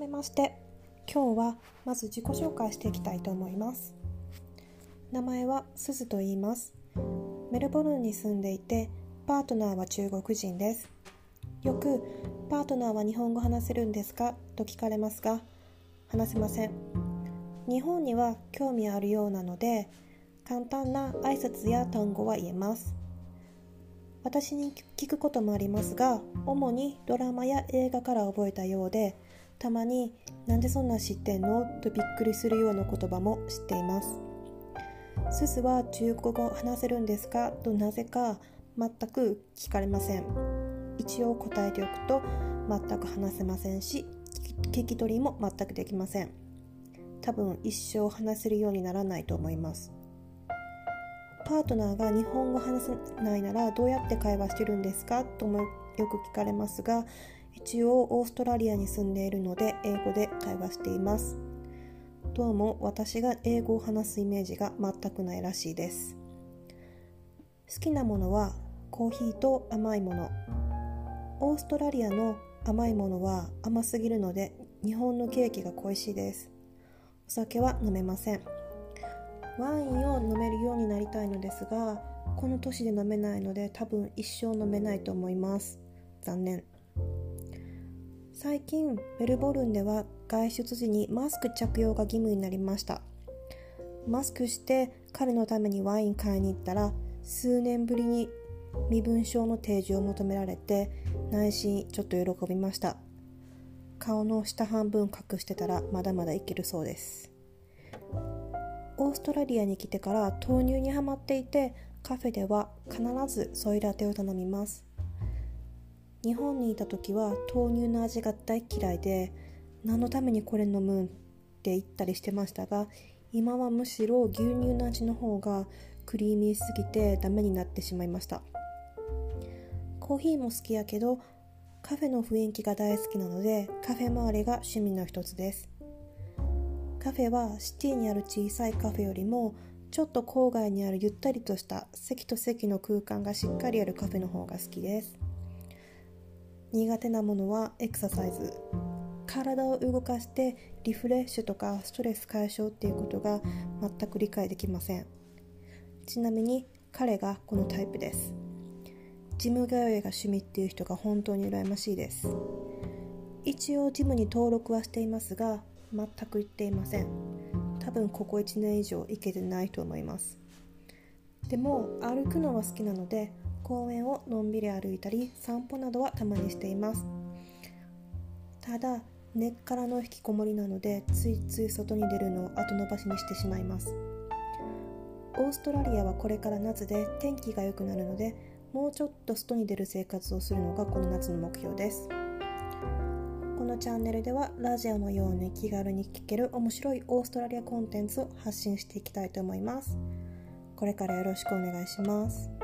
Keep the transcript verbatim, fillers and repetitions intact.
めまして。今日はまず自己紹介していきたいと思います。名前はすずと言います。メルボルンに住んでいて、パートナーは中国人です。よくパートナーは日本語話せるんですかと聞かれますが、話せません。日本には興味あるようなので、簡単な挨拶や単語は言えます。私に聞くこともありますが、主にドラマや映画から覚えたようで、たまになんでそんな知ってんのとびっくりするような言葉も知っています。すずは中国語話せるんですかとなぜか全く聞かれません。一応答えておくと、全く話せませんし、聞き取りも全くできません。多分一生話せるようにならないと思います。パートナーが日本語話せないならどうやって会話してるんですかともよく聞かれますが、一応オーストラリアに住んでいるので英語で会話しています。どうも私が英語を話すイメージが全くないらしいです。好きなものはコーヒーと甘いもの。オーストラリアの甘いものは甘すぎるので日本のケーキが恋しいです。お酒は飲めません。ワインを飲めるようになりたいのですが、この年で飲めないので多分一生飲めないと思います。残念。最近メルボルンでは外出時にマスク着用が義務になりました。マスクして彼のためにワイン買いに行ったら、数年ぶりに身分証の提示を求められて、内心ちょっと喜びました。顔の下半分隠してたらまだまだいけるそうです。オーストラリアに来てから豆乳にハマっていて、カフェでは必ずソイラテを頼みます。日本にいた時は豆乳の味が大嫌いで、何のためにこれ飲むんって言ったりしてましたが、今はむしろ牛乳の味の方がクリーミーすぎてダメになってしまいました。コーヒーも好きやけど、カフェの雰囲気が大好きなので、カフェ周りが趣味の一つです。カフェはシティにある小さいカフェよりもちょっと郊外にあるゆったりとした席と席の空間がしっかりあるカフェの方が好きです。苦手なものはエクササイズ。体を動かしてリフレッシュとかストレス解消っていうことが全く理解できません。ちなみに彼がこのタイプです。ジム通いが趣味っていう人が本当に羨ましいです。一応ジムに登録はしていますが、全く行っていません。多分ここいちねん以上行けてないと思います。でも歩くのは好きなので、公園をのんびり歩いたり散歩などはたまにしています。ただ根っからの引きこもりなので、ついつい外に出るのを後延ばしにしてしまいます。オーストラリアはこれから夏で天気が良くなるので、もうちょっと外に出る生活をするのがこの夏の目標です。このチャンネルではラジオのように気軽に聞ける面白いオーストラリアコンテンツを発信していきたいと思います。これからよろしくお願いします。